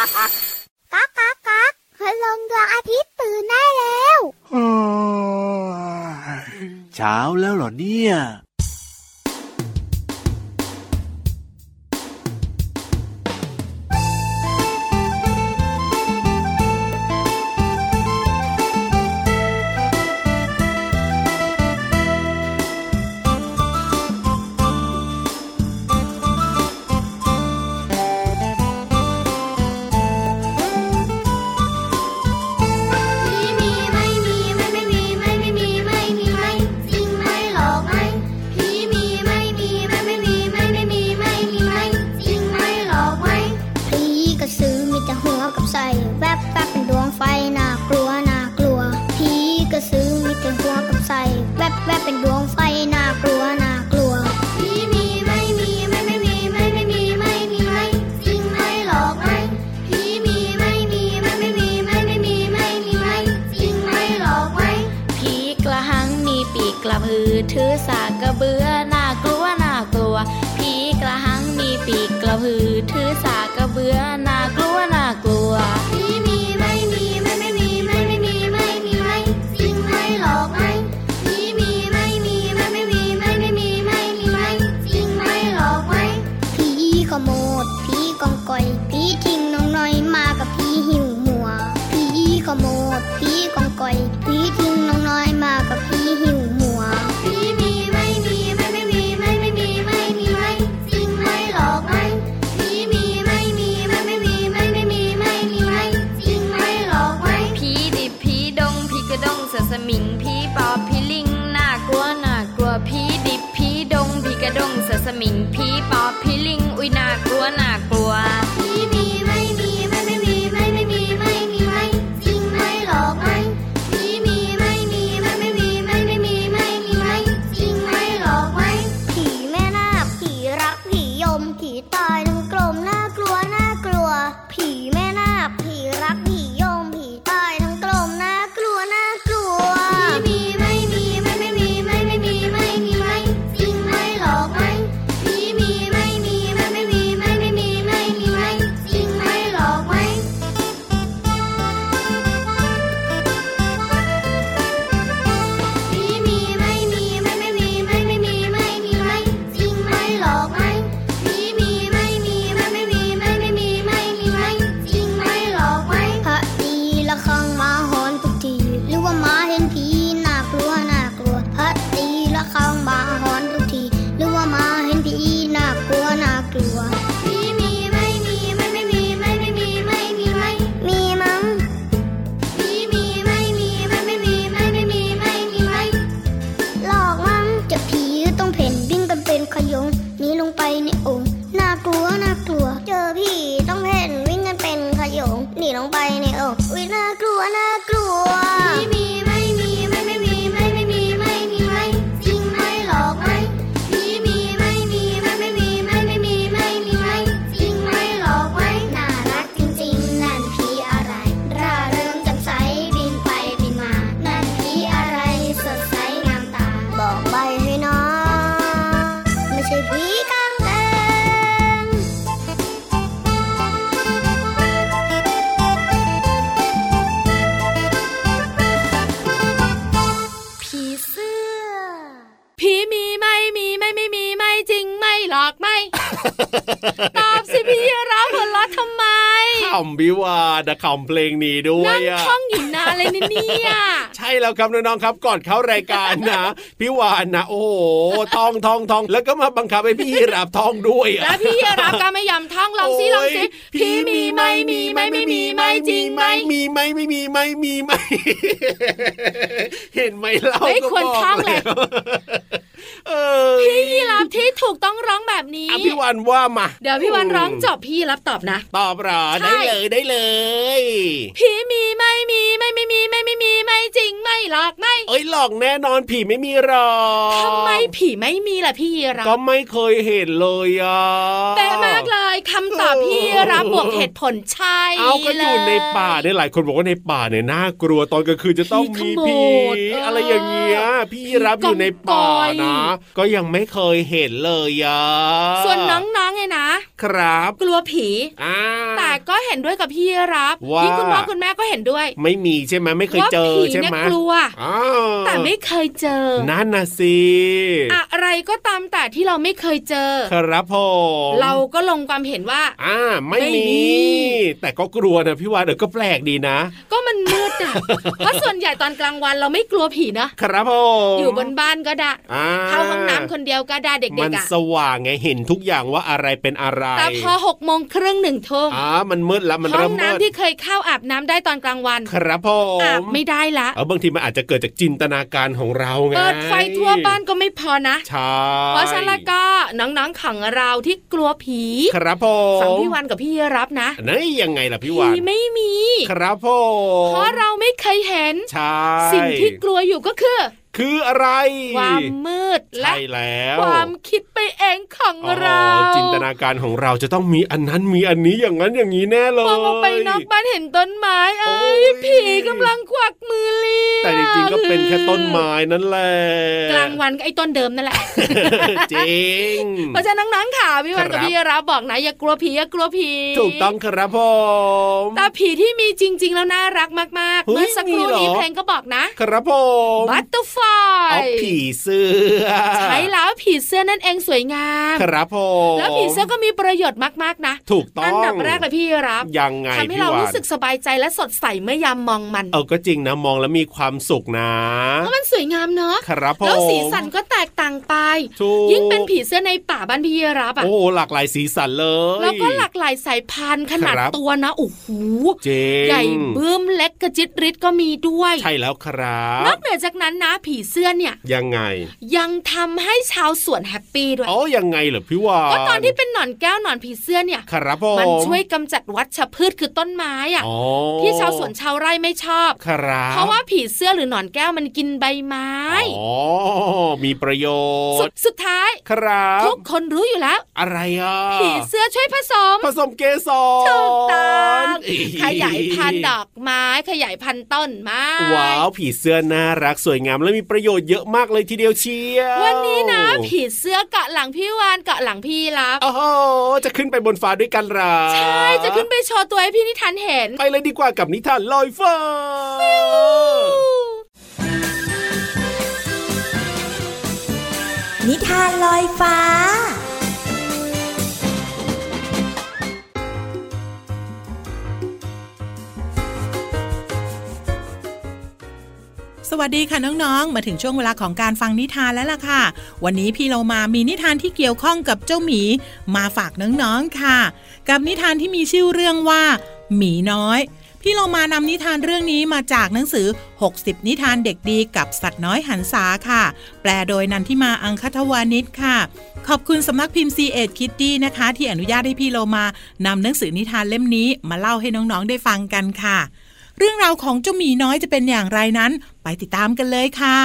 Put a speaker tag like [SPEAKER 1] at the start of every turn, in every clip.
[SPEAKER 1] ก๊ากก๊ากก๊ากคืลงดวงอาทิตย์ตื่นได้แล้ว
[SPEAKER 2] เช้าแล้วเหรอเนี่ย
[SPEAKER 1] เป็นดวงไฟน่ากลัวน่ากลัวผีมีไม่มีไม่มีไม่มีไม่มีไม่จริงไม่หลอกไม่ผีมีไม่มีไม่มีไม่มีไม่มีไม่จริงไม่หลอกไม่
[SPEAKER 3] ผีกระหังมีปีกกระพือถือสากกระเบือน่ากลัวน่ากลัวผีกระหังมีปีกกระพือถือสากกระเบือน่ากลัวน่ากลัว
[SPEAKER 1] ผีมีไม่มีไม่มีไม่มีไม่มีไม่จริงไม่หลอกไม่ขโมดผีกองก่อยผีทิ้งน้องน้อยมากับผีหิวหัวผีขโมดผีกองก่อยผีทิ้งน้องน้อยมากับผีหิวหัวผีมีไม่มีไม่มีไม่มีไม่มีไม่จริงไม่หลอกไม่ผีมีไม่มีไม่มีไม่มีไม่มีไม่จริงไม่หลอกไม่
[SPEAKER 3] ผีดิบผีดงผีกระดงเสือสมิงผีปอบผีลิงน่ากลัวน่ากลัวผีดิบผีดงผีกระดงเสือสมิงผีปอบผีลิงอุ้ยน่ากลัวน่ากลัว
[SPEAKER 1] ผีมีไม่มีไม่มีไม่มีไม่มีไม่จริงไม่หลอกไม่ผีมีไม่มีไม่มีไม่มีไม่มีไม่จริงไม่หลอกไม่ผีแม่นาคผีรักผียมผีตายทั้งกลมน่ากลัวน่ากลัวผีแม่นาคผีรักผียมผีตายทั้งกลมน่ากลัวน่ากลัวผีมีไม่มีไม่มีไม่มีไม่มีไม่จริงไม่หลอกไม่ผีมีไม่มีไม่มีไม่มีไม่มีไม่จริงไม่หลอกไม่ผีมีไม่มีไม่มีไม่มีไม่มีไม่จริงไม่หลอกไม่ผีมีไม่มีไม่มีไม่มีไม่มีไม่จริงไม่หลอกไม่พระตีละครั้งมาหอนทุกทีหรือว่ามาเห็นผีน่ากลัวน่ากลัวพระตีละครั้งมาหอนทุกทีหรือว่ามาเห็นผีน่ากลัวน่ากลัวผีมีไม่มีไม่มีไม่มีไม่มีไม่มีมั้งผีมีไม่มีไม่มีไม่มีไม่มีไม่หลอกมั้งเจอผีต้องเพ่นวิ่งกันเป็นขยงหนีลงไปในโอ่งน่ากลัวน่ากลัวเจอผีต้องเพ่นวิ่งกันเป็นขยงหนีลงไปในโอ่งอุ๊ยน่ากลัวน่ากลัวผีมีไม่มีไม่มีไม่มีไม่มีไม่จริงไม่หลอกไม่ผีมีไม่มีไม่มีไม่มีไม่มีไม่จริงไม่หลอกไม่น่ารักจริงๆนั่นผีอะไรร่าเริงแจ่มใสบินไปบินมานั่นผีอะไรสดใสงามตาบอกใบให้น้องไม่ใช่ผีกางแกงผีเสื้อ
[SPEAKER 3] ผีมีไม่มีไม่มีไม่จริงไม่หลอกไม่ ตอบสิพี่รับหัวเราะทำไม
[SPEAKER 2] คำวิวาทคำเพลงนี้ด้วย
[SPEAKER 3] นั่งท่องอยู่นานเลยเนี่ย
[SPEAKER 2] ใช่แล้วครับน้องๆครับก่อนเข้ารายการนะพี่วานนะโอ้โหท่องแล้วก็มาบังคับให้พี่รับท่องด้วย
[SPEAKER 3] แล้วพี่รับก็ไม่ยอมท่องลองสิผีมีไม่มีไม่มีไม่จริงไม่
[SPEAKER 2] มีไม่มีไม่มีไม่เห็นไหมเรา
[SPEAKER 3] ไม่ควรท่องเลยพี่ยีรับที่ถูกต้องร้องแบบนี้
[SPEAKER 2] พี่วานว่ามา
[SPEAKER 3] เดี๋ยวพี่วานร้องจบพี่รับตอบนะ
[SPEAKER 2] ตอบหรอได้เลย
[SPEAKER 3] ผีมีไม่มีไม่มีไม่มีไม่จริงไม่หลอกไม่
[SPEAKER 2] เอ้ยหลอกแน่นอนผีไม่มีหรอก
[SPEAKER 3] ทำไมผีไม่มีล่ะพี่ยีรับ
[SPEAKER 2] ก็ไม่เคยเห็นเลยอ่ะ
[SPEAKER 3] แปลกมากเลยคำตอบพี่รับบวกเหตุผลใช่
[SPEAKER 2] เอาก็อยู่ในป่าเนี่ยหลายคนบอกว่าในป่าเนี่ยน่ากลัวตอนกลางคืนจะต้องมีผีอะไรอย่างเงี้ยพี่รับอยู่ในป่านะก็ยังไม่เคยเห็นเลยอ่ะ
[SPEAKER 4] ส่วนน้องๆไงนะครับกลัวผีแต่ก็เห็นด้วยกับพี่รับยิ่งคุณพ่อคุณแม่ก็เห็นด้วย
[SPEAKER 2] ไม่มีใช่ไหมไม่เคยเจอใช่ไหม
[SPEAKER 4] กลัวแต่ไม่เคยเจอ
[SPEAKER 2] นั่นน่ะสิ
[SPEAKER 4] อะไรก็ตามแต่ที่เราไม่เคยเจอ
[SPEAKER 2] ครับผม
[SPEAKER 4] เราก็ลงความเห็นว่า
[SPEAKER 2] ไม่มีแต่ก็กลัวนะพี่วานก็แปลกดีนะ
[SPEAKER 4] ก็มันมืดอ่ะเพราะส่วนใหญ่ตอนกลางวันเราไม่กลัวผี
[SPEAKER 2] นะครับผม
[SPEAKER 4] อยู่บนบ้านก็ได้เข้าห้องน้ำคนเดียวก็ได้เด็กๆ
[SPEAKER 2] มันสว่างไงเห็นทุกอย่างว่าอะไรเป็นอะไร
[SPEAKER 4] แต่พอ 18:30 1 ทุ่ม
[SPEAKER 2] มันมืดแล้วมันเริ่มมืด
[SPEAKER 4] ห้องน้ำที่เคยเข้าอาบน้ำได้ตอนกลางวัน
[SPEAKER 2] ครับผม
[SPEAKER 4] อาบไม่ได้ละ
[SPEAKER 2] บางทีมันอาจจะเกิดจากจินตนาการของเราไง
[SPEAKER 4] เปิดไฟทั่วบ้านก็ไม่พอนะ
[SPEAKER 2] ใช่
[SPEAKER 4] เพราะฉะนั้นก็น้องๆของเราที่กลัวผี
[SPEAKER 2] ครับผม
[SPEAKER 4] ฟังพี่วันกับพี่รับนะ
[SPEAKER 2] นี่ยังไงล่ะพี่วัน
[SPEAKER 4] ผีไม่มี
[SPEAKER 2] ครับผม
[SPEAKER 4] เพราะเราไม่เคยเห็น
[SPEAKER 2] ใช่
[SPEAKER 4] สิ่งที่กลัวอยู่ก็คือ
[SPEAKER 2] อะไร
[SPEAKER 4] ความมืดและความคิดไปเองของเรา
[SPEAKER 2] จินตนาการของเราจะต้องมีอันนั้นมีอันนี้อย่างนั้นอย่างนี้แน่เลย
[SPEAKER 4] มองออกไปนอกบ้านเห็นต้นไม้ผีกำลังควักมือเรียก
[SPEAKER 2] แต่จริงๆก็เป็นแค่ต้นไม้นั่นแหละ
[SPEAKER 4] กลางวันก็ไอ้ต้นเดิมนั่นแหละ
[SPEAKER 2] จริง
[SPEAKER 4] เพราะฉะนั้นน้องๆค่ะพี่วันกับพี่รับบอกนะอย่ากลัวผีอย่ากลัวผี
[SPEAKER 2] ถูกต้องครับผม
[SPEAKER 4] แต่ผีที่มีจริงๆแล้วน่ารักมากๆเมื่อสักครู่นี้เพลงก็บอกนะครับ
[SPEAKER 2] ผม
[SPEAKER 4] บัตเตอร์ฟลาย
[SPEAKER 2] ผีเสื้อ
[SPEAKER 4] ใช่แล้วผีเสื้อนั่นเองสวยงาม
[SPEAKER 2] ครับผม
[SPEAKER 4] แล้วผีเสื้อก็มีประโยชน์มากๆนะ
[SPEAKER 2] ถูกต้อง
[SPEAKER 4] อันดับแรกเลยพี่รับ
[SPEAKER 2] ยังไง
[SPEAKER 4] ทำให้เรารู้สึกสบายใจและสดใสเมื่อยามมองมัน
[SPEAKER 2] ก็จริงนะมองแล้วมีความสุขนะ
[SPEAKER 4] เพราะมันสวยงามเนาะ
[SPEAKER 2] ครับผม
[SPEAKER 4] แล้วสีสันก็แตกต่างไปยิ่งเป็นผีเสื้อในป่าบ้านพี่รับ
[SPEAKER 2] หลากหลายสีสันเลย
[SPEAKER 4] แล้วก็หลากหลายสายพันธุ์ขนาดตัวนะโอ้โหใหญ่บึ้มเล็กกระจิตริดก็มีด้วย
[SPEAKER 2] ใช่แล้วครับ
[SPEAKER 4] นอกเหนือจากนั้นนะผีเสื้อเนี่ย
[SPEAKER 2] ยังไง
[SPEAKER 4] ยังทำให้ชาวสวนแฮปปี้ด้วย
[SPEAKER 2] ยังไงเหรอพี่วาน
[SPEAKER 4] ก็ตอนที่เป็นหนอนแก้วหนอนผีเสื้อเนี่ยมันช่วยกำจัดวัชพืชคือต้นไม้ที่ชาวสวนชาวไร่ไม่ชอบเพราะว่าผีเสื้อหรือหนอนแก้วมันกินใบไม้
[SPEAKER 2] มีประโยชน์
[SPEAKER 4] สุดท้ายทุกคนรู้อยู่แล้ว
[SPEAKER 2] อะไร
[SPEAKER 4] ผีเสื้อช่วยผสม
[SPEAKER 2] เกสร
[SPEAKER 4] ถูกต้องขยายพันธุ์ดอกไม้ขยายพันธุ์ต้นไม้
[SPEAKER 2] ว้าวผีเสื้อน่ารักสวยงามและมีประโยชน์เยอะมากเลยทีเดียวเชียว
[SPEAKER 4] วันนี้นะผีเสื้อเกาะหลังพี่วานเกาะหลังพี่รับ
[SPEAKER 2] จะขึ้นไปบนฟ้าด้วยกันหรอ
[SPEAKER 4] ใช่จะขึ้นไปโชว์ตัวให้พี่นิทานเห็น
[SPEAKER 2] ไปเลยดีกว่ากับนิทานลอยฟ้า
[SPEAKER 5] นิทานลอยฟ้า
[SPEAKER 6] สวัสดีค่ะน้องๆมาถึงช่วงเวลาของการฟังนิทานแล้วล่ะค่ะวันนี้พี่เรามามีนิทานที่เกี่ยวข้องกับเจ้าหมีมาฝากน้องๆค่ะกับนิทานที่มีชื่อเรื่องว่าหมีน้อยพี่เรามานำนิทานเรื่องนี้มาจากหนังสือ60นิทานเด็กดีกับสัตว์น้อยหันษาค่ะแปลโดยนันทิมาอังคทวานิชค่ะขอบคุณสำนักพิมพ์ C.Ed Kiddie นะคะที่อนุญาตให้พี่เรามานำหนังสือนิทานเล่มนี้มาเล่าให้น้องๆได้ฟังกันค่ะเรื่องราวของเจ้าหมีน้อยจะเป็นอย่างไรนั้นไปติดตามกันเลยค่ะ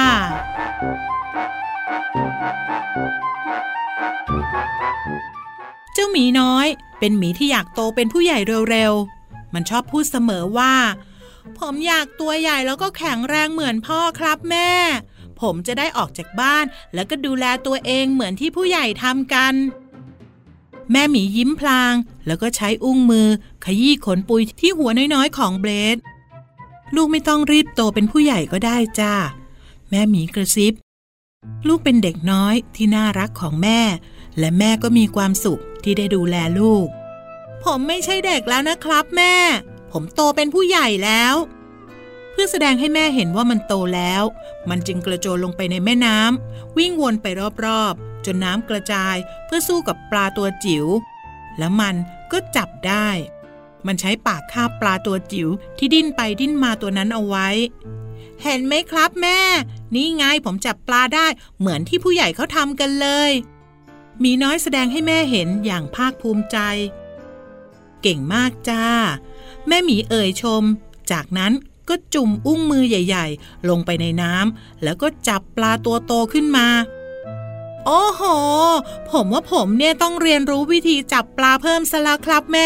[SPEAKER 6] เจ้าหมีน้อยเป็นหมีที่อยากโตเป็นผู้ใหญ่เร็วๆมันชอบพูดเสมอว่าผมอยากตัวใหญ่แล้วก็แข็งแรงเหมือนพ่อครับแม่ผมจะได้ออกจากบ้านแล้วก็ดูแลตัวเองเหมือนที่ผู้ใหญ่ทำกันแม่หมียิ้มพลางแล้วก็ใช้อุ้งมือขยี้ขนปุยที่หัวน้อยๆของเบลดลูกไม่ต้องรีบโตเป็นผู้ใหญ่ก็ได้จ้าแม่หมีกระซิบลูกเป็นเด็กน้อยที่น่ารักของแม่และแม่ก็มีความสุขที่ได้ดูแลลูกผมไม่ใช่เด็กแล้วนะครับแม่ผมโตเป็นผู้ใหญ่แล้วเพื่อแสดงให้แม่เห็นว่ามันโตแล้วมันจึงกระโจนลงไปในแม่น้ำวิ่งวนไปรอบๆจนน้ำกระจายเพื่อสู้กับปลาตัวจิ๋วแล้วมันก็จับได้มันใช้ปากคาบปลาตัวจิ๋วที่ดิ้นไปดิ้นมาตัวนั้นเอาไว้เห็นไหมครับแม่นี่ไงผมจับปลาได้เหมือนที่ผู้ใหญ่เขาทำกันเลยหมีน้อยแสดงให้แม่เห็นอย่างภาคภูมิใจเก่งมากจ้าแม่หมีเอ่ยชมจากนั้นก็จุ่มอุ้งมือใหญ่ๆลงไปในน้ำแล้วก็จับปลาตัวโตขึ้นมาโอ้โหผมว่าผมเนี่ยต้องเรียนรู้วิธีจับปลาเพิ่มซะแล้วครับแม่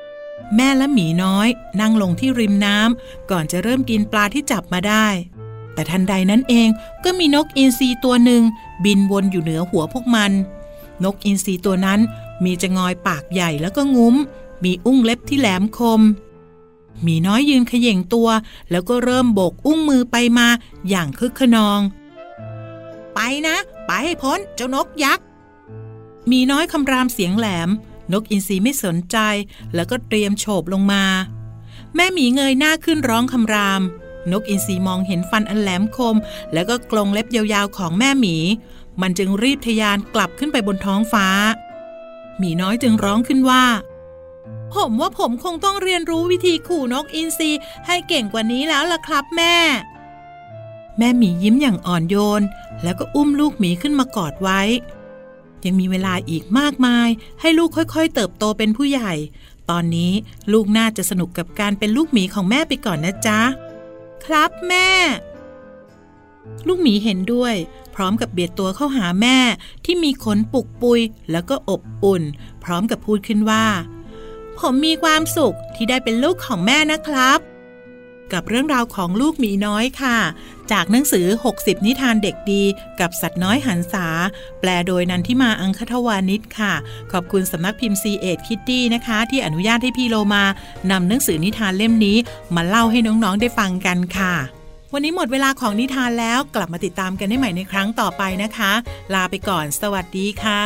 [SPEAKER 6] และหมีน้อยนั่งลงที่ริมน้ำก่อนจะเริ่มกินปลาที่จับมาได้แต่ทันใดนั้นเองก็มีนกอินทรีตัวหนึ่งบินวนอยู่เหนือหัวพวกมันนกอินทรีตัวนั้นมีจงอยปากใหญ่แล้วก็งุ้มมีอุ้งเล็บที่แหลมคมหมีน้อยยืนเขย่งตัวแล้วก็เริ่มโบกอุ้งมือไปมาอย่างคึกคะนองไปนะไปให้พ้นเจ้านกยักษ์หมีน้อยคำรามเสียงแหลมนกอินทรีไม่สนใจแล้วก็เตรียมโฉบลงมาแม่หมีเงยหน้าขึ้นร้องคำรามนกอินทรีมองเห็นฟันอันแหลมคมแล้วก็กรงเล็บยาวๆของแม่หมีมันจึงรีบทะยานกลับขึ้นไปบนท้องฟ้าหมีน้อยจึงร้องขึ้นว่าผมว่าผมคงต้องเรียนรู้วิธีขู่นกอินทรีให้เก่งกว่านี้แล้วล่ะครับแม่หมียิ้มอย่างอ่อนโยนแล้วก็อุ้มลูกหมีขึ้นมากอดไว้ยังมีเวลาอีกมากมายให้ลูกค่อยๆเติบโตเป็นผู้ใหญ่ตอนนี้ลูกน่าจะสนุกกับการเป็นลูกหมีของแม่ไปก่อนนะจ๊ะครับแม่ลูกหมีเห็นด้วยพร้อมกับเบียดตัวเข้าหาแม่ที่มีขนปุกปุยแล้วก็อบอุ่นพร้อมกับพูดขึ้นว่าผมมีความสุขที่ได้เป็นลูกของแม่นะครับกับเรื่องราวของลูกหมีน้อยค่ะจากหนังสือ60นิทานเด็กดีกับสัตว์น้อยหันษาแปลโดยนันทิมาอังคทวานิชค่ะขอบคุณสำนักพิมพ์ C8 Kitty นะคะที่อนุญาตให้พี่โลมานำหนังสือนิทานเล่มนี้มาเล่าให้น้องๆได้ฟังกันค่ะวันนี้หมดเวลาของนิทานแล้วกลับมาติดตามกันได้ใหม่ในครั้งต่อไปนะคะลาไปก่อนสวัสดีค่ะ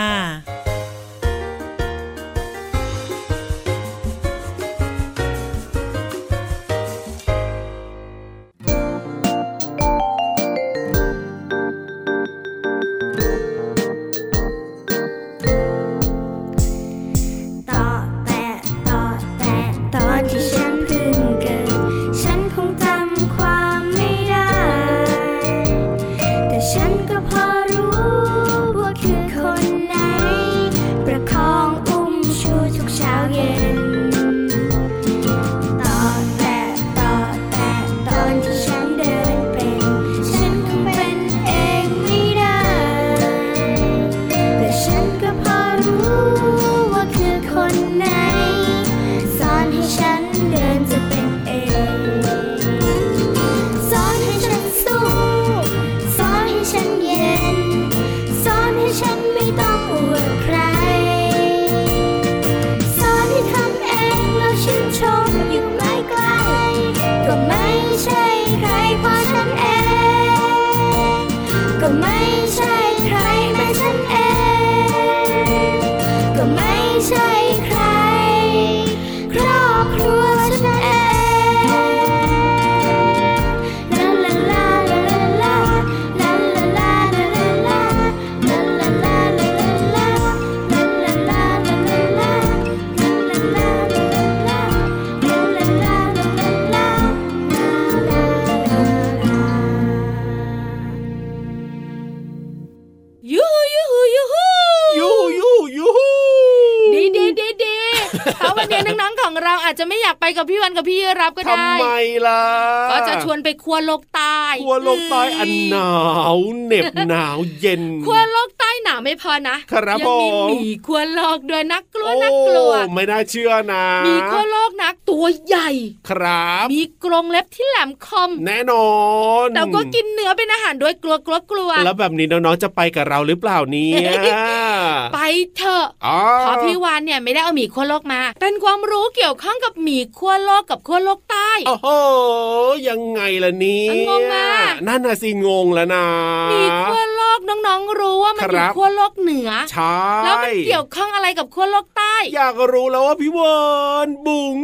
[SPEAKER 4] อาจจะไม่อยากไปกับพี่วันกับพี่รับก็ได้
[SPEAKER 2] ทำไมล่ะ
[SPEAKER 4] ก็จะชวนไปขั้วโลกใต้
[SPEAKER 2] ขั้วโลกใต้อันหนาวเหน็บหนาวเย็น
[SPEAKER 4] ขั้วโลกใต้หนาวไม่พอนะ
[SPEAKER 2] ยัง
[SPEAKER 4] มีหมีขั้วโลกด้วยนักกลัวนักกลัว
[SPEAKER 2] ไม่น่าเชื่อนะ
[SPEAKER 4] มีขั้วโลกนักตัวใหญ่
[SPEAKER 2] ครับ
[SPEAKER 4] มีกรงเล็บที่แหลมคม
[SPEAKER 2] แน่นอน
[SPEAKER 4] แต่ก็กินเนื้อเป็นอาหารด้วยกลัว
[SPEAKER 2] แล้วแบบนี้น้องๆจะไปกับเราหรือเปล่าเนี่ย
[SPEAKER 4] ไปเถอะเพราะพี่วานเนี่ยไม่ได้เอาหมีขั้วโลกมาเป็นความรู้เกี่ยวข้องกับหมีขั้วโลกกับขั้วโลกใต้
[SPEAKER 2] โอ้โหยังไงล่ะนี่
[SPEAKER 4] งงอ่ะ
[SPEAKER 2] นั่นน่ะสิงงแล้วนะ
[SPEAKER 4] หมีขั้วโลกน้องๆรู้ว่ามันอยู่ขั้วโลกเหนือ
[SPEAKER 2] ใช่
[SPEAKER 4] แล้วมันเกี่ยวข้องอะไรกับขั้วโลกใต้
[SPEAKER 2] อยากรู้แล้วว่าพี่วานบุ๋ง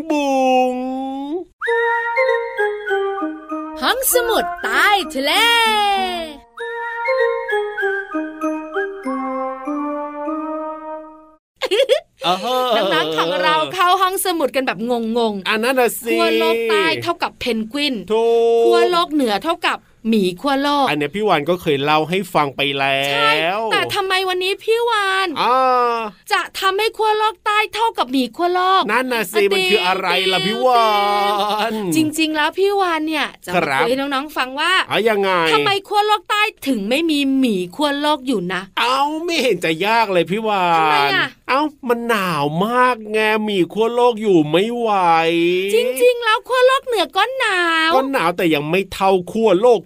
[SPEAKER 4] ห้องสมุดใต้ทะเลน้องๆของเราเข้าห้องสมุดกันแบบงง
[SPEAKER 2] ๆอันนั้นน่ะสิ
[SPEAKER 4] ขั้วโลกใต้เท่ากับเพนกวินขั้วโลกเหนือเท่ากับหมีขั้วโลก
[SPEAKER 2] อันนี้พี่วานก็เคยเล่าให้ฟังไปแล้ว
[SPEAKER 4] ใช่แต่ทำไมวันนี้พี่วานจะทำให้ขั้วโลกใต้เท่ากับหมีขั้วโลก
[SPEAKER 2] นั่นน่ะสิมันคืออะไรล่ะพี่วาน
[SPEAKER 4] จริงๆแล้วพี่วานเนี่ยจะมาคุยให้น้องๆฟังว่า
[SPEAKER 2] ยังไง
[SPEAKER 4] ทำไมขั้วโลกใต้ถึงไม่มีหมีขั้วโลกอยู่นะ
[SPEAKER 2] ไม่เห็นจะยากเลยพี่วาน
[SPEAKER 4] ทำไม
[SPEAKER 2] มันหนาวมากไงหมีขั้วโลกอยู่ไม่ไหว
[SPEAKER 4] จริงๆแล้วขั้วโลกเหนือก็หนาว
[SPEAKER 2] แต่ยังไม่เท่าขั้วโลก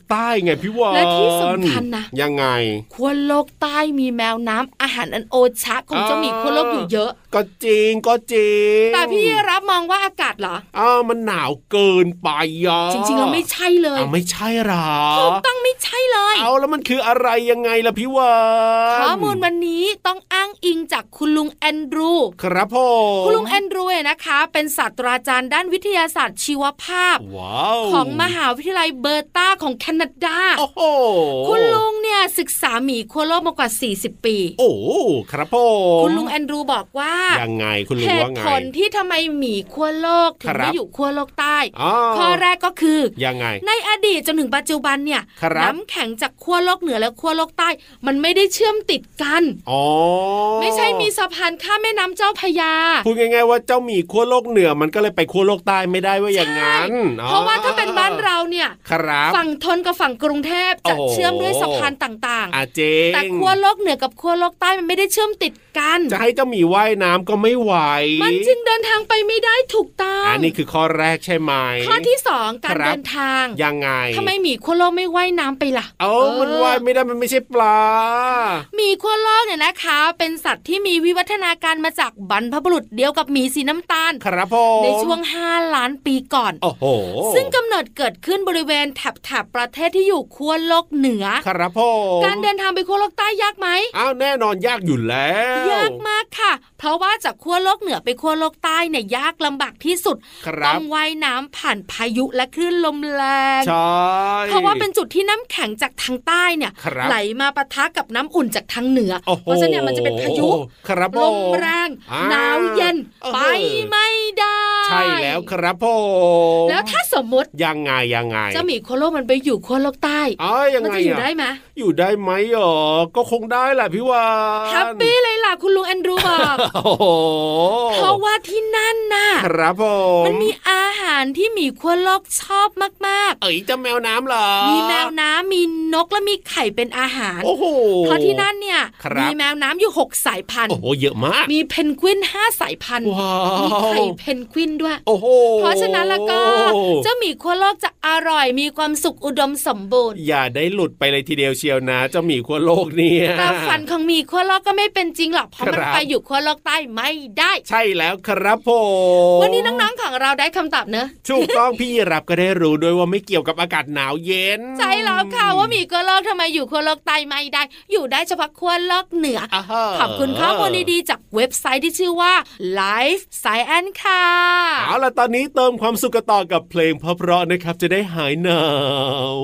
[SPEAKER 2] ใต้ไงพี่วาน
[SPEAKER 4] และที่สำคัญนะ
[SPEAKER 2] ยังไง
[SPEAKER 4] ขั้วโลกใต้มีแมวน้ำอาหารอันโอชะของเจ้าหมีขั้วโลกอยู่เยอะ
[SPEAKER 2] ก็จริง
[SPEAKER 4] แต่พี่รับมองว่าอากาศเหรอ
[SPEAKER 2] มันหนาวเกินไป
[SPEAKER 4] จริงๆเราไม่ใช่เลย
[SPEAKER 2] ไม่ใช่หรอ
[SPEAKER 4] ถูกต้องไม่ใช่เลย
[SPEAKER 2] แล้วมันคืออะไรยังไงล่ะพี่วาน
[SPEAKER 4] ข้อมูลวันนี้ต้องอ้างอิงจากคุณลุงแอนดรู
[SPEAKER 2] ครับพ่อ
[SPEAKER 4] คุณลุงแอนดรูนะคะเป็นศาสตราจารย์ด้านวิทยาศาสตร์ชีวภาพของมหาวิทยาลัยเบอร์ตาของแคนาดาคุณลุงเนี่ยศึกษาหมีขั้วโลกมากว่า40ปี
[SPEAKER 2] โอ้ครับพ่อ
[SPEAKER 4] คุณลุงแอนดรูบอกว่า
[SPEAKER 2] ยังไงคุณลุงว่าไง
[SPEAKER 4] เหตุผลที่ทำไมหมีขั้วโลกถึงไม่อยู่ขั้วโลกใต้ข้อแรกก็คือ
[SPEAKER 2] ยังไง
[SPEAKER 4] ในอดีตจนถึงปัจจุบันเนี่ยน้ำแข็งจากขั้วโลกเหนือและขั้วโลกใต้มันไม่ได้เชื่อมติดกันไม่ใช่มีสะพานข้ามแม่น้ำเจ้าพระยา
[SPEAKER 2] พูดง่ายๆว่าเจ้าหมีขั้วโลกเหนือมันก็เลยไปขั้วโลกใต้ไม่ได้ว่าอย่างนั้น
[SPEAKER 4] เพราะว่าถ้าเป็นบ้านเราเนี่ยฝั่งทนกับฝั่งกรุงเทพจะเชื่อมด้วยสะพานต่างๆแต่ขั้วโลกเหนือกับขั้วโลกใต้มันไม่ได้เชื่อมติดกัน
[SPEAKER 2] จะให้เจ้าหมีว่ายน้ำก็ไม่ไหว
[SPEAKER 4] มันจึงเดินทางไปไม่ได้ถูกต้อง
[SPEAKER 2] อันนี้คือข้อแรกใช่ไหม
[SPEAKER 4] ข้อที่2การเดินทาง
[SPEAKER 2] ยังไง
[SPEAKER 4] ทำไมหมีขั้วโลกไม่ว่ายน้ำไปล่ะ
[SPEAKER 2] มันว่ายไม่ได้มันไม่ใช่ปลา
[SPEAKER 4] หมีขั้วโลกเนี่ยนะคะเป็นสัตว์ที่มีวิวัฒนาการมาจากบรรพบุรุษเดียวกับหมีสีน้ำตาล
[SPEAKER 2] ครับผม
[SPEAKER 4] ในช่วง5 ล้านปีก่อนซึ่งกำเนิดเกิดขึ้นบริเวณแถบประเทศที่อยู่ขั้วโลกเหนือ
[SPEAKER 2] ครับผม
[SPEAKER 4] การเดินทางไปขั้วโลกใต้ยากไหม
[SPEAKER 2] แน่นอนยากอยู่แล้ว
[SPEAKER 4] ยากมากค่ะเพราะว่าจากขั้วโลกเหนือไปขั้วโลกใต้เนี่ยยากลำบากที่สุดต้องว่ายน้ำผ่านพายุและคลื่นลมแรง
[SPEAKER 2] ใช่
[SPEAKER 4] เพราะว่าเป็นจุดที่น้ำแข็งจากทางใต้เนี่ยไหลมาปะทะกับน้ำอุ่นจากทางเหนือเพราะฉะนั้นมันจะเป็นพายุลมแรงหนาวเย็นไปไม่ได้
[SPEAKER 2] ใช่แล้วครับพ่อ
[SPEAKER 4] แล้วถ้าสมมติ
[SPEAKER 2] ยังไง
[SPEAKER 4] เจ้าหมีขั้วโลกมันไปอยู่ขั้วโลกใต้
[SPEAKER 2] มัน
[SPEAKER 4] จะอยู่ได้ไหม
[SPEAKER 2] อยู่ได้ไหมก็คงได้แหละพี่วาน
[SPEAKER 4] แฮปปี้เลยล่ะคุณลุงแอนดรูบอกเพราะว่าที่นั่นน่ะ
[SPEAKER 2] ครับผม
[SPEAKER 4] มันมีอาหารที่หมีขั้วโลกชอบมาก
[SPEAKER 2] ๆจะแมวน้ำเหรอ
[SPEAKER 4] มีแมวน้ำมีนกและมีไข่เป็นอาหารเพราะที่นั่นเนี่ยมีแมวน้ำอยู่6 สายพันธุ์
[SPEAKER 2] เยอะมาก
[SPEAKER 4] มีเพนกวิน5 สายพันธุ์มีไข่เพนกวินด้วยเพราะฉะนั้นแล้วก็เจ้าหมีขั้วโลกจะอร่อยมีความสุขอุดมสมบูรณ์
[SPEAKER 2] อย่าได้หลุดไปเลยทีเดียวเชียวนะเจ้าหมีขั้วโลกเนี่ย
[SPEAKER 4] แต่ฝันของหมีขั้วโลกก็ไม่เป็นจริงหรอกเพราะมันไปอยู่ขั้วโลกใต้ไม่ได้
[SPEAKER 2] ใช่แล้วครับผม
[SPEAKER 4] วันนี้น้องๆของเราได้คำตอบเนอะ
[SPEAKER 2] ถูกต้องพี่รับก็ได้รู้ด้วยว่าไม่เกี่ยวกับอากาศหนาวเย็น
[SPEAKER 4] ใช่แล้วค่ะว่าหมีขั้วโลกทำไมอยู่ขั้วโลกใต้ไม่ได้อยู่ได้เฉพาะขั้วโลกเหนือขอบคุณข้อมูลดีๆจากเว็บไซต์ที่ชื่อว่า Life Science ค่ะ
[SPEAKER 2] เอาล่ะตอนนี้เติมความสุขต่อกับเพลงเพราะๆนะครับจะได้หายหนาว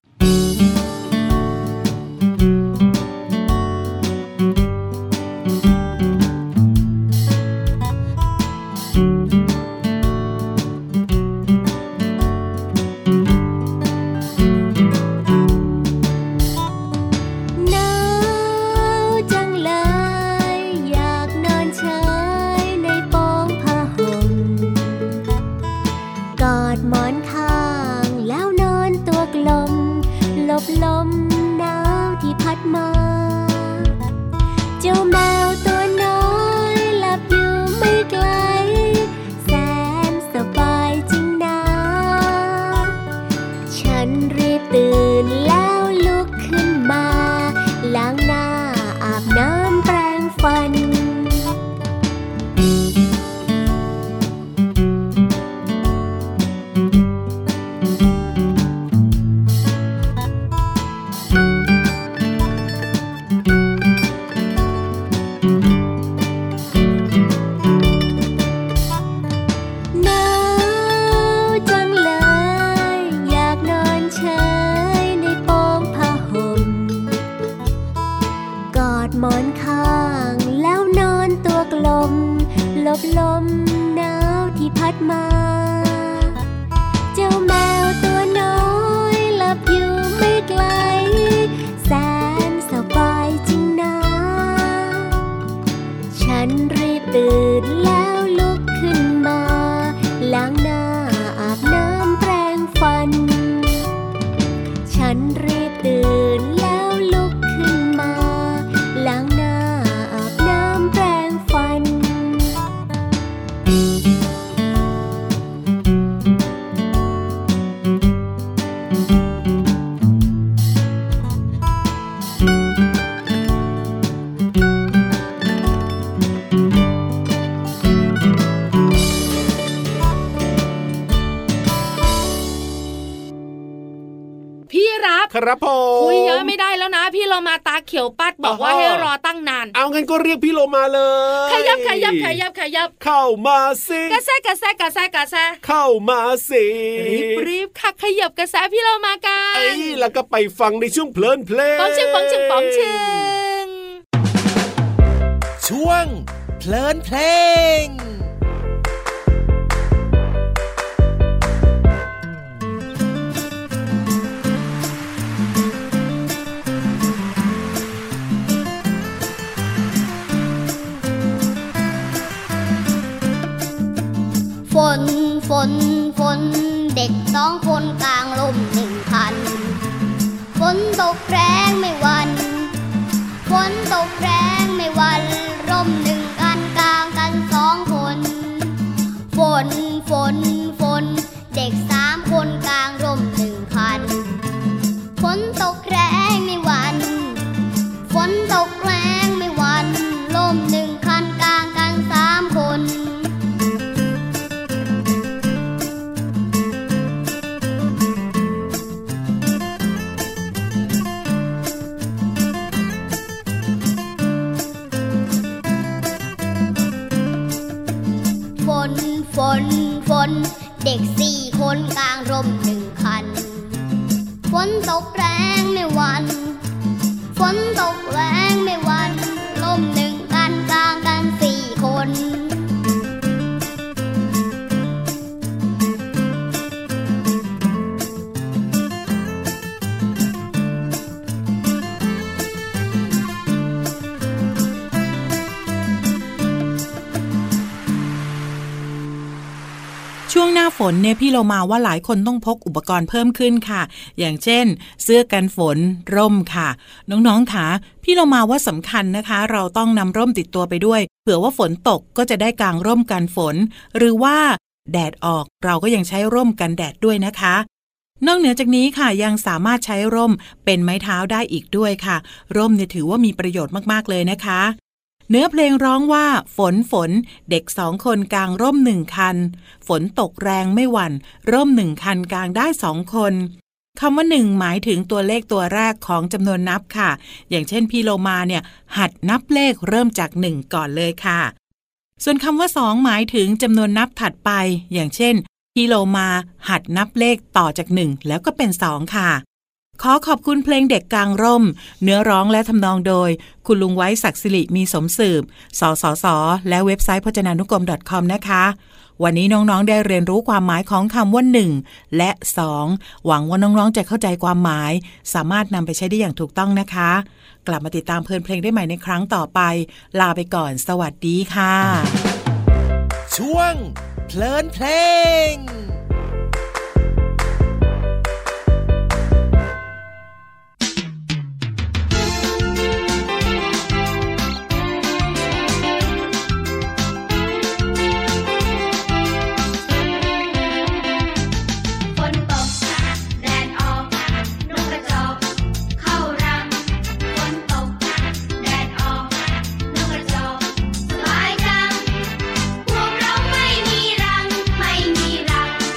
[SPEAKER 1] ลมหนาวที่พัดมาเจ้าแมวตัวน้อยหลับอยู่ไม่ไกลแสนสบายจริงนะฉันรีบตื่นแล้วลุกขึ้นมาล้างหน้าอาบน้ำแปรงฟันลมหนาวที่พัดมาเจ้าแมวตัวน้อยหลับอยู่ไม่ไกลแสนสบายจริงนะฉันรีบตื่นแล้วลุกขึ้นมาล้างหน้าอาบน้ำแปรงฟันฉันรีบตื่นแล้วลุกขึ้นมาล้างหน้าอาบน้ำแปรงฟัน
[SPEAKER 2] ครับผม
[SPEAKER 4] คุยเยอะไม่ได้แล้วนะพี่เรามาตาเขียวปัดบอกว่าให้รอตั้งนาน
[SPEAKER 2] เอางั้นก็เรียกพี่โลมาเลย
[SPEAKER 4] ขยับ
[SPEAKER 2] เข้ามาสิ
[SPEAKER 4] กระแซ
[SPEAKER 2] เข้ามาสิ
[SPEAKER 4] รีบค่ะขยับกระแซพี่เรามากัน
[SPEAKER 2] แล้วก็ไปฟังในช่วงเพลินเพลง
[SPEAKER 4] ป๋องชึง
[SPEAKER 5] ช่วงเพลินเพลง
[SPEAKER 1] ฝนเด็ก2 คนกลางลม1 คันฝนตกแรงไม่หวั่นฝนตกแรงไม่หวั่นร่ม1 คันกลางกัน2 คนฝนเด็ก3 คนกลางร่ม1 คันฝนตกแรงไม่หวั่นฝนตกแรงไม่หวั่นร่ม1 คันกลางกัน3 คนฝนเด็ก4 คนกลางร่ม1 คันฝนตกแรงไม่หวั่นฝนตกแรงไม่หวั่นร่ม1 คันกลางกัน4 คน
[SPEAKER 6] ช่วงหน้าฝนเนี่ยพี่เรามาว่าหลายคนต้องพกอุปกรณ์เพิ่มขึ้นค่ะอย่างเช่นเสื้อกันฝนร่มค่ะน้องๆค่ะพี่เรามาว่าสำคัญนะคะเราต้องนำร่มติดตัวไปด้วยเผื่อว่าฝนตกก็จะได้กางร่มกันฝนหรือว่าแดดออกเราก็ยังใช้ร่มกันแดดด้วยนะคะนอกเหนือจากนี้ค่ะยังสามารถใช้ร่มเป็นไม้เท้าได้อีกด้วยค่ะร่มเนี่ยถือว่ามีประโยชน์มากๆเลยนะคะเนื้อเพลงร้องว่าฝนเด็ก2 คนกางร่ม1 คันฝนตกแรงไม่หวั่นร่ม1 คันกางได้2 คนคำว่า1หมายถึงตัวเลขตัวแรกของจำนวนนับค่ะอย่างเช่นพี่โลมาเนี่ยหัดนับเลขเริ่มจาก1ก่อนเลยค่ะส่วนคำว่า2หมายถึงจำนวนนับถัดไปอย่างเช่นพี่โลมาหัดนับเลขต่อจาก1แล้วก็เป็น2ค่ะขอขอบคุณเพลงเด็กกางร่มเนื้อร้องและทำนองโดยคุณลุงไว้ศักดิ์สิริมีสมสืบสสส.และเว็บไซต์พจนานุกรม .com นะคะวันนี้น้องๆได้เรียนรู้ความหมายของคำว่า1และ2หวังว่าน้องๆจะเข้าใจความหมายสามารถนำไปใช้ได้อย่างถูกต้องนะคะกลับมาติดตามเพลินเพลงได้ใหม่ในครั้งต่อไปลาไปก่อนสวัสดีค่ะ
[SPEAKER 5] ช่วงเพลินเพลง
[SPEAKER 1] พวกเราไม่มีรัง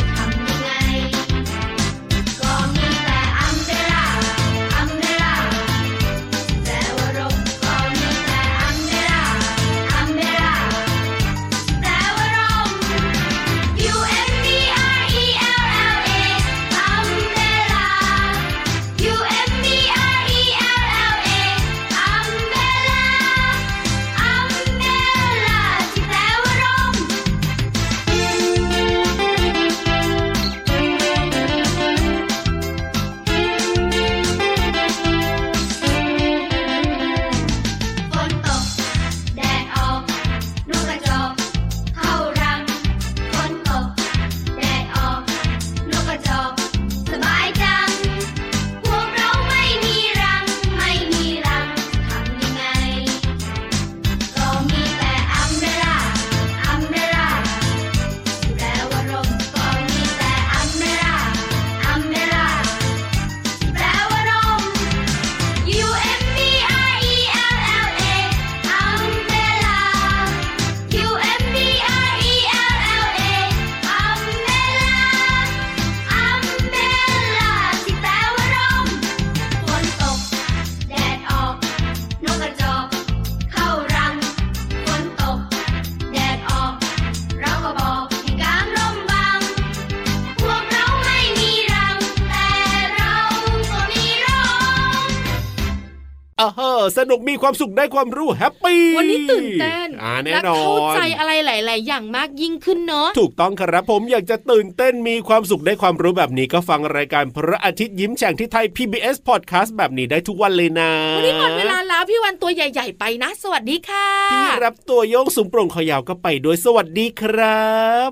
[SPEAKER 2] สนุกมีความสุขได้ความรู้แฮปปี้
[SPEAKER 4] วันนี้ตื่นเต้น
[SPEAKER 2] แน่นอน
[SPEAKER 4] และเข้าใจอะไรหลายๆอย่างมากยิ่งขึ้นเนาะ
[SPEAKER 2] ถูกต้องครับผมอยากจะตื่นเต้นมีความสุขได้ความรู้แบบนี้ก็ฟังรายการพระอาทิตย์ยิ้มแฉ่งที่ไทย PBS Podcast แบบนี้ได้ทุกวันเลยนะ
[SPEAKER 4] วันนี้หมดเวลาแล้วพี่วันตัวใหญ่ๆไปนะสวัสดีค่ะ
[SPEAKER 2] พี่รับตัวโยงสูงโปร่งคอยาวก็ไปด้วยสวัสดีครับ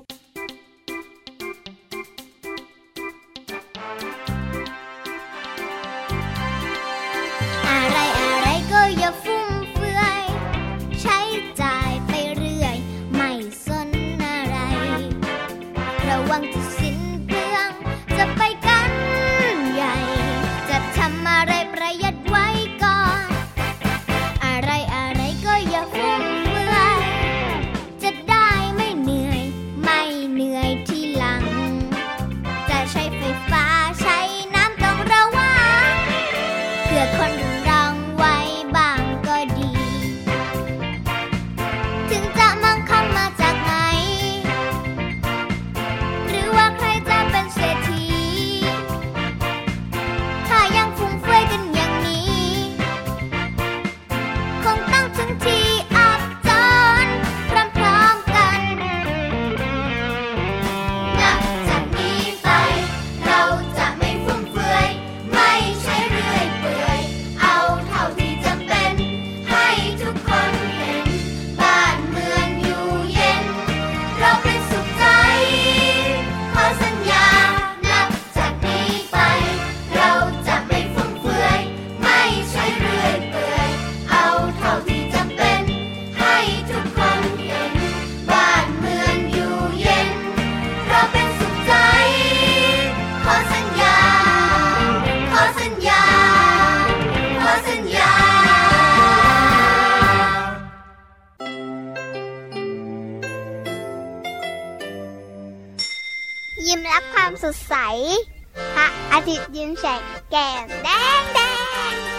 [SPEAKER 1] อะไรก็อย่าฟุ่มเฟือยใช้จ่ายไปเรื่อยไม่สนอะไรระวังจะสิ้นเปลืองจะไปกันใหญ่จะทำอะไรประหยัดไว้ก่อนอะไรก็อย่าฟุ่มเฟือยจะได้ไม่เหนื่อยทีหลังจะใช้ไฟฟ้าใช้น้ำต้องระวังเพื่อคนยิ้มรับความสดใสพระอาทิตย์ยิ้มแฉกแก้มแดง